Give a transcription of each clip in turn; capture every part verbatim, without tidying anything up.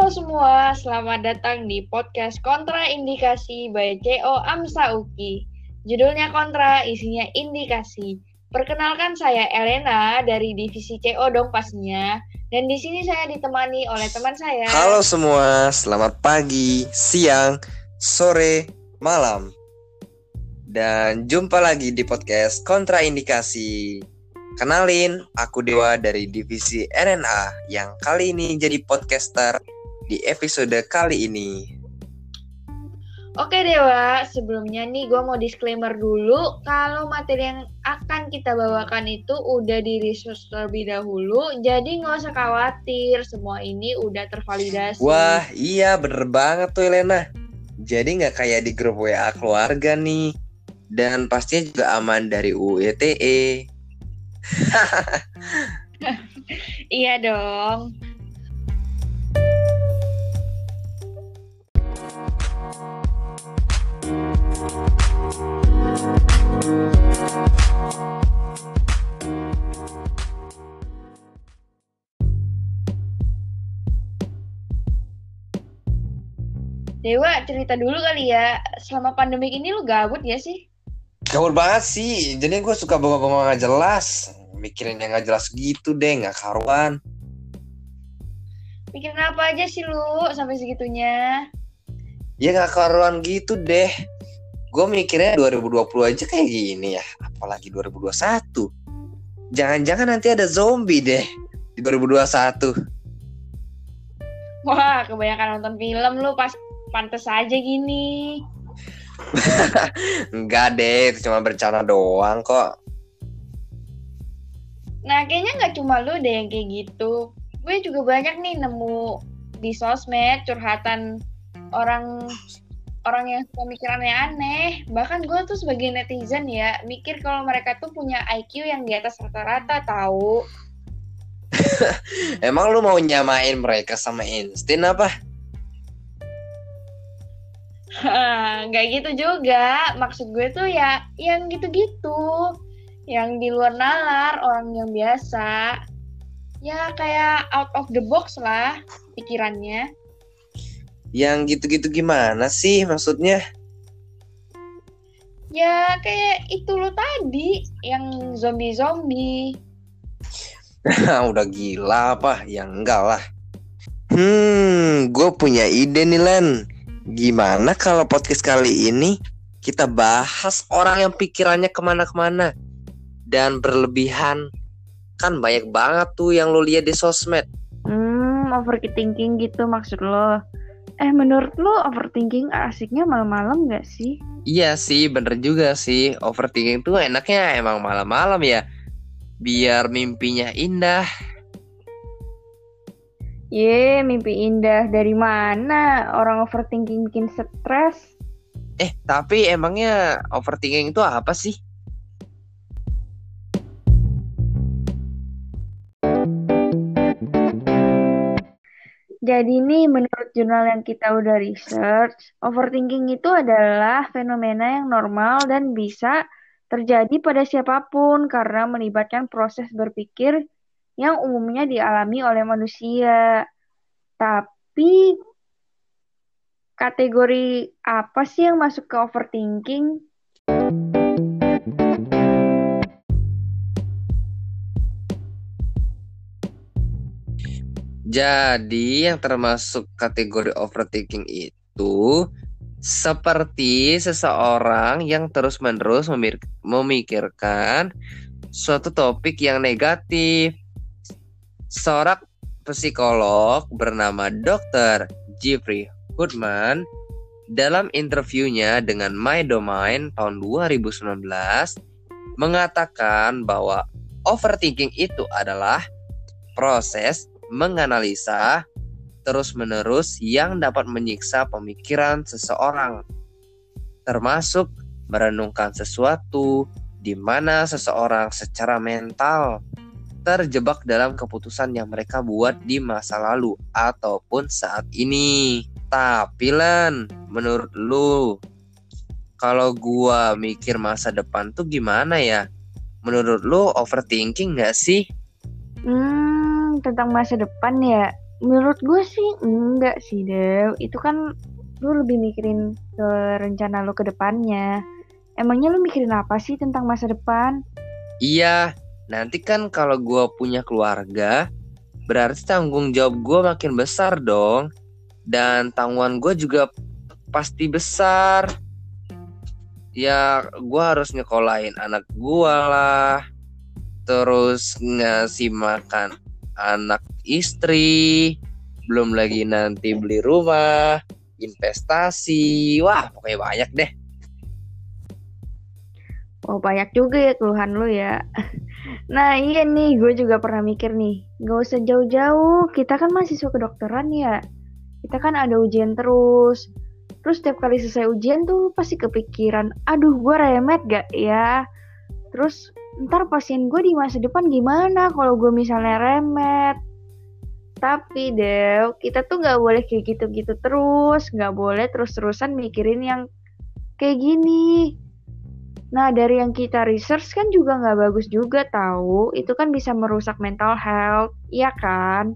Halo semua, selamat datang di podcast Kontraindikasi by C O Amsa Uki. Judulnya Kontra, isinya indikasi. Perkenalkan saya Elena dari divisi C O dong pastinya. Dan di sini saya ditemani oleh teman saya. Halo semua, selamat pagi, siang, sore, malam. Dan jumpa lagi di podcast Kontraindikasi. Kenalin, aku Dewa dari divisi R N A yang kali ini jadi podcaster di episode kali ini. Oke Dewa, sebelumnya nih gue mau disclaimer dulu kalau materi yang akan kita bawakan itu udah di research terlebih dahulu, jadi nggak usah khawatir, semua ini udah tervalidasi. Wah, iya bener banget tuh Elena. Jadi nggak kayak di grup W A keluarga nih, dan pastinya juga aman dari U U I T E. Iya dong. Dewa, cerita dulu kali ya, selama pandemik ini lu gabut ya sih? Gabut banget sih, jadi gue suka bengong-bengong gak jelas. Mikirin yang gak jelas gitu deh, gak karuan. Mikirin apa aja sih lu sampai segitunya? Ya gak karuan gitu deh. Gue mikirnya dua ribu dua puluh aja kayak gini ya, apalagi dua ribu dua puluh satu. Jangan-jangan nanti ada zombie deh di dua ribu dua puluh satu. Wah, kebanyakan nonton film lu, pas pantes aja gini. Enggak deh, itu cuma bercanda doang kok. Nah, kayaknya nggak cuma lu deh yang kayak gitu. Gue juga banyak nih nemu di sosmed curhatan orang orang yang suka mikir aneh-aneh. Bahkan gue tuh sebagai netizen ya, mikir kalau mereka tuh punya I Q yang di atas rata-rata tahu. Emang lu mau nyamain mereka sama Einstein apa? Nggak gitu juga. Maksud gue tuh ya yang gitu-gitu. Yang di luar nalar, orang yang biasa. Ya kayak out of the box lah pikirannya. Yang gitu-gitu gimana sih maksudnya? Ya kayak itu lo tadi, yang zombie-zombie. Udah gila apa? Ya enggak lah. Hmm, gue punya ide nih Len. Gimana kalau podcast kali ini kita bahas orang yang pikirannya kemana-kemana dan berlebihan. Kan banyak banget tuh yang lo lihat di sosmed. Hmm, overthinking gitu maksud lo. Eh, menurut lo overthinking asiknya malam-malam gak sih? Iya sih, bener juga sih. Overthinking tuh enaknya emang malam-malam ya, biar mimpinya indah. Ye, mimpi indah dari mana? Orang overthinking bikin stres. Eh, tapi emangnya overthinking itu apa sih? Jadi nih, menurut jurnal yang kita udah research, overthinking itu adalah fenomena yang normal dan bisa terjadi pada siapapun karena melibatkan proses berpikir yang umumnya dialami oleh manusia. Tapi kategori apa sih yang masuk ke overthinking? Jadi yang termasuk kategori overthinking itu seperti seseorang yang terus-menerus memir- memikirkan suatu topik yang negatif. Seorang psikolog bernama dokter Jeffrey Goodman dalam interviewnya dengan My Domain tahun dua ribu sembilan belas mengatakan bahwa overthinking itu adalah proses menganalisa terus-menerus yang dapat menyiksa pemikiran seseorang, termasuk merenungkan sesuatu di mana seseorang secara mental terjebak dalam keputusan yang mereka buat di masa lalu ataupun saat ini. Tapi Lan, menurut lu, kalau gua mikir masa depan tuh gimana ya? Menurut lu overthinking gak sih? Hmm, tentang masa depan ya. Menurut gue sih enggak sih, Dew. Itu kan lu lebih mikirin ke rencana lu ke depannya. Emangnya lu mikirin apa sih tentang masa depan? Iya, nanti kan kalau gue punya keluarga, berarti tanggung jawab gue makin besar dong. Dan tanggungan gue juga pasti besar. Ya, gue harus nyekolahin anak gue lah. Terus ngasih makan anak istri. Belum lagi nanti beli rumah, investasi. Wah, pokoknya banyak deh. Oh, banyak juga ya keluhan lu ya. Nah, iya nih, gue juga pernah mikir nih. Gak usah jauh-jauh, kita kan mahasiswa kedokteran ya. Kita kan ada ujian terus. Terus setiap kali selesai ujian tuh pasti kepikiran, aduh gue remet gak ya? Terus ntar pasien gue di masa depan gimana kalau gue misalnya remet? Tapi Dew, kita tuh gak boleh kayak gitu-gitu terus. Gak boleh terus-terusan mikirin yang kayak gini. Nah, dari yang kita research kan juga nggak bagus juga tahu. Itu kan bisa merusak mental health, iya kan?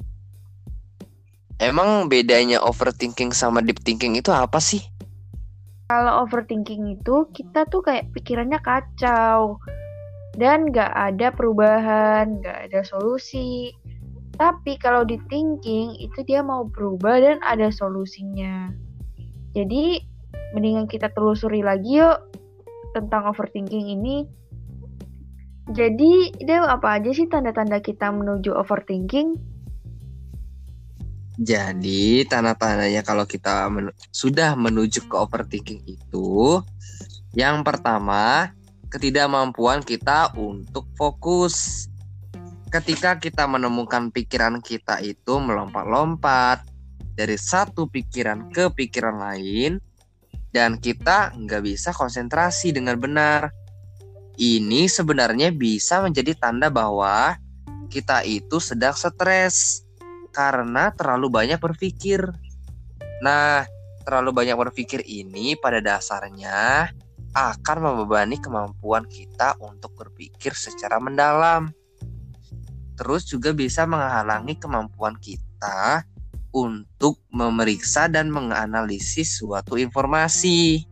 Emang bedanya overthinking sama deep thinking itu apa sih? Kalau overthinking itu kita tuh kayak pikirannya kacau dan nggak ada perubahan, nggak ada solusi. Tapi kalau di thinking itu dia mau berubah dan ada solusinya. Jadi mendingan kita telusuri lagi yuk tentang overthinking ini. Jadi, Dew, apa aja sih tanda-tanda kita menuju overthinking? Jadi tanda-tandanya kalau kita men- sudah menuju ke overthinking itu, yang pertama, ketidakmampuan kita untuk fokus. Ketika kita menemukan pikiran kita itu melompat-lompat dari satu pikiran ke pikiran lain, dan kita nggak bisa konsentrasi dengan benar. Ini sebenarnya bisa menjadi tanda bahwa kita itu sedang stres karena terlalu banyak berpikir. Nah, terlalu banyak berpikir ini pada dasarnya akan membebani kemampuan kita untuk berpikir secara mendalam. Terus juga bisa menghalangi kemampuan kita untuk memeriksa dan menganalisis suatu informasi.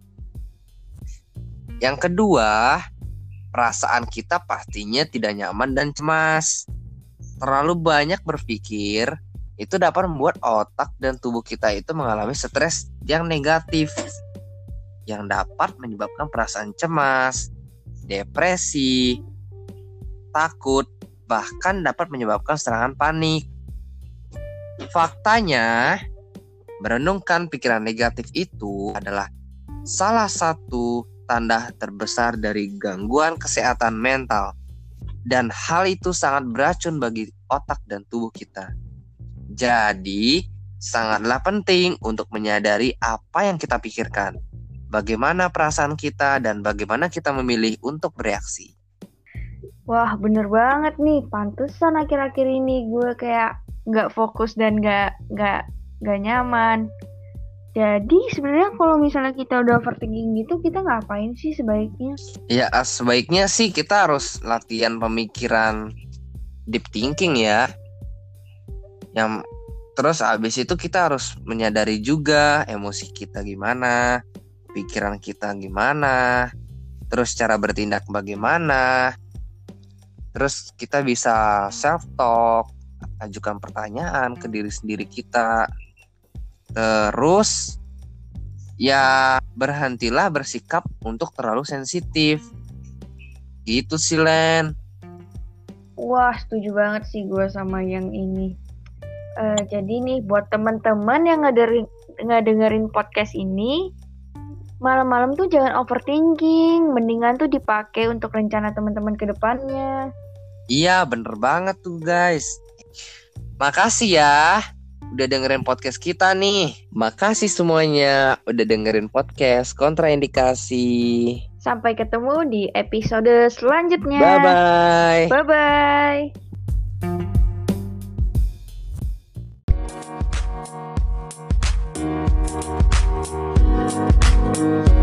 Yang kedua, perasaan kita pastinya tidak nyaman dan cemas. Terlalu banyak berpikir itu dapat membuat otak dan tubuh kita itu mengalami stres yang negatif, yang dapat menyebabkan perasaan cemas, depresi, takut, bahkan dapat menyebabkan serangan panik. Faktanya, merenungkan pikiran negatif itu adalah salah satu tanda terbesar dari gangguan kesehatan mental. Dan hal itu sangat beracun bagi otak dan tubuh kita. Jadi, sangatlah penting untuk menyadari apa yang kita pikirkan, bagaimana perasaan kita, dan bagaimana kita memilih untuk bereaksi. Wah, bener banget nih. Pantesan akhir-akhir ini gue kayak nggak fokus dan nggak nggak nggak nyaman. Jadi sebenarnya kalau misalnya kita udah overthinking gitu, kita ngapain sih sebaiknya? Ya, sebaiknya sih kita harus latihan pemikiran deep thinking ya. Yang terus abis itu kita harus menyadari juga emosi kita gimana, pikiran kita gimana, terus cara bertindak bagaimana. Terus kita bisa self talk, ajukan pertanyaan ke diri sendiri kita. Terus ya berhentilah bersikap untuk terlalu sensitif. Gitu sih Len. Wah, setuju banget sih gue sama yang ini. Uh, jadi nih buat teman-teman yang ngedengerin, ngedengerin podcast ini, malam-malam tuh jangan overthinking. Mendingan tuh dipakai untuk rencana teman-teman ke depannya. Iya, bener banget tuh guys. Makasih ya udah dengerin podcast kita nih. Makasih semuanya udah dengerin podcast Kontraindikasi. Sampai ketemu di episode selanjutnya. Bye-bye. Bye-bye.